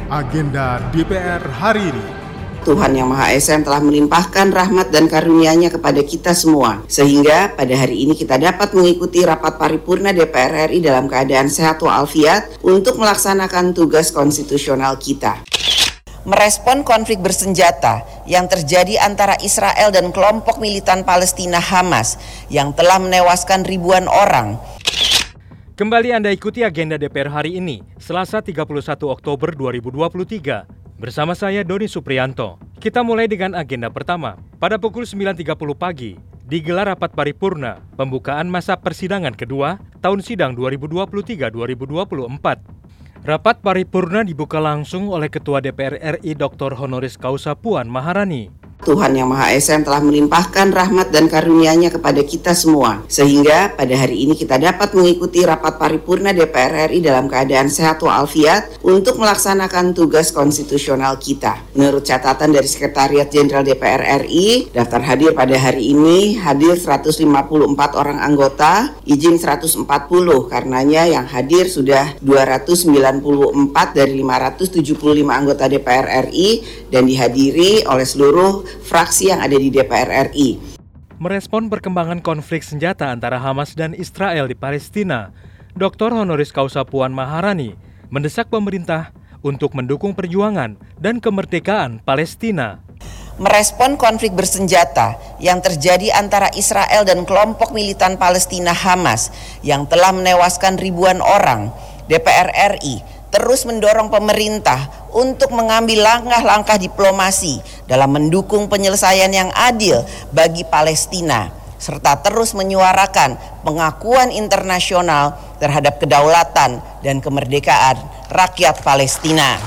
Agenda DPR hari ini. Tuhan Yang Maha Esa yang telah melimpahkan rahmat dan karunia-Nya kepada kita semua, sehingga pada hari ini kita dapat mengikuti rapat paripurna DPR RI dalam keadaan sehat walafiat untuk melaksanakan tugas konstitusional kita. Merespon konflik bersenjata yang terjadi antara Israel dan kelompok militan Palestina Hamas yang telah menewaskan ribuan orang. Kembali Anda ikuti agenda DPR hari ini, Selasa 31 Oktober 2023. Bersama saya Doni Supriyanto. Kita mulai dengan agenda pertama. Pada pukul 9.30 pagi, digelar rapat paripurna pembukaan masa persidangan kedua tahun sidang 2023-2024. Rapat paripurna dibuka langsung oleh Ketua DPR RI Dr. Honoris Causa Puan Maharani. Tuhan Yang Maha Esa yang telah melimpahkan rahmat dan karunia-Nya kepada kita semua, sehingga pada hari ini kita dapat mengikuti rapat paripurna DPR RI dalam keadaan sehat walafiat untuk melaksanakan tugas konstitusional kita. Menurut catatan dari Sekretariat Jenderal DPR RI, daftar hadir pada hari ini hadir 154 orang anggota, izin 140, karenanya yang hadir sudah 294 dari 575 anggota DPR RI dan dihadiri oleh seluruh fraksi yang ada di DPR RI. Merespon perkembangan konflik senjata antara Hamas dan Israel di Palestina, Dr. Honoris Causa Puan Maharani mendesak pemerintah untuk mendukung perjuangan dan kemerdekaan Palestina. Merespon konflik bersenjata yang terjadi antara Israel dan kelompok militan Palestina Hamas yang telah menewaskan ribuan orang, DPR RI terus mendorong pemerintah untuk mengambil langkah-langkah diplomasi dalam mendukung penyelesaian yang adil bagi Palestina, serta terus menyuarakan pengakuan internasional terhadap kedaulatan dan kemerdekaan rakyat Palestina.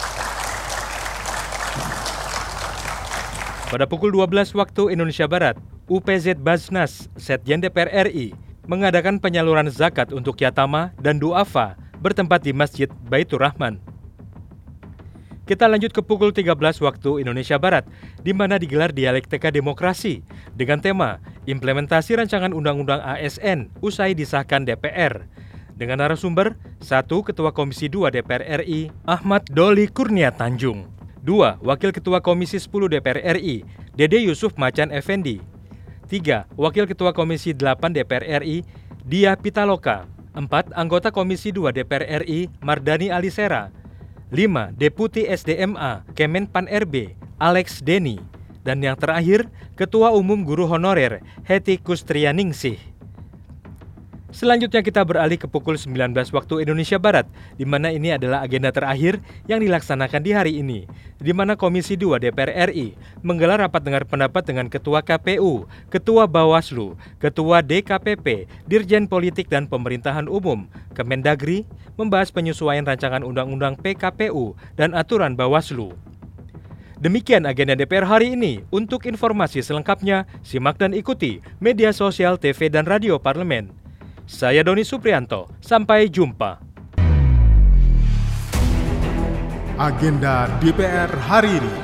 Pada pukul 12 waktu Indonesia Barat, UPZ Basnas Setjen DPR RI mengadakan penyaluran zakat untuk Yatama dan Duafa bertempat di Masjid Baitur Rahman. Kita lanjut ke pukul 13 waktu Indonesia Barat, di mana digelar dialektika demokrasi dengan tema implementasi rancangan undang-undang ASN usai disahkan DPR. Dengan narasumber, 1. Ketua Komisi 2 DPR RI, Ahmad Doli Kurnia Tanjung. 2. Wakil Ketua Komisi 10 DPR RI, Dede Yusuf Macan Effendi. 3. Wakil Ketua Komisi 8 DPR RI, Dia Pitaloka. 4. Anggota Komisi 2 DPR RI, Mardani Alisera. 5. Deputi SDMA, Kemenpan RB, Alex Deni. Dan yang terakhir, Ketua Umum Guru Honorer, Heti Kustrianingsih. Selanjutnya kita beralih ke pukul 19 waktu Indonesia Barat, di mana ini adalah agenda terakhir yang dilaksanakan di hari ini, di mana Komisi 2 DPR RI menggelar rapat dengar pendapat dengan Ketua KPU, Ketua Bawaslu, Ketua DKPP, Dirjen Politik dan Pemerintahan Umum, Kemendagri, membahas penyesuaian rancangan Undang-Undang PKPU dan aturan Bawaslu. Demikian agenda DPR hari ini. Untuk informasi selengkapnya, simak dan ikuti media sosial TV dan radio Parlemen. Saya Doni Supriyanto, sampai jumpa. Agenda DPR hari ini.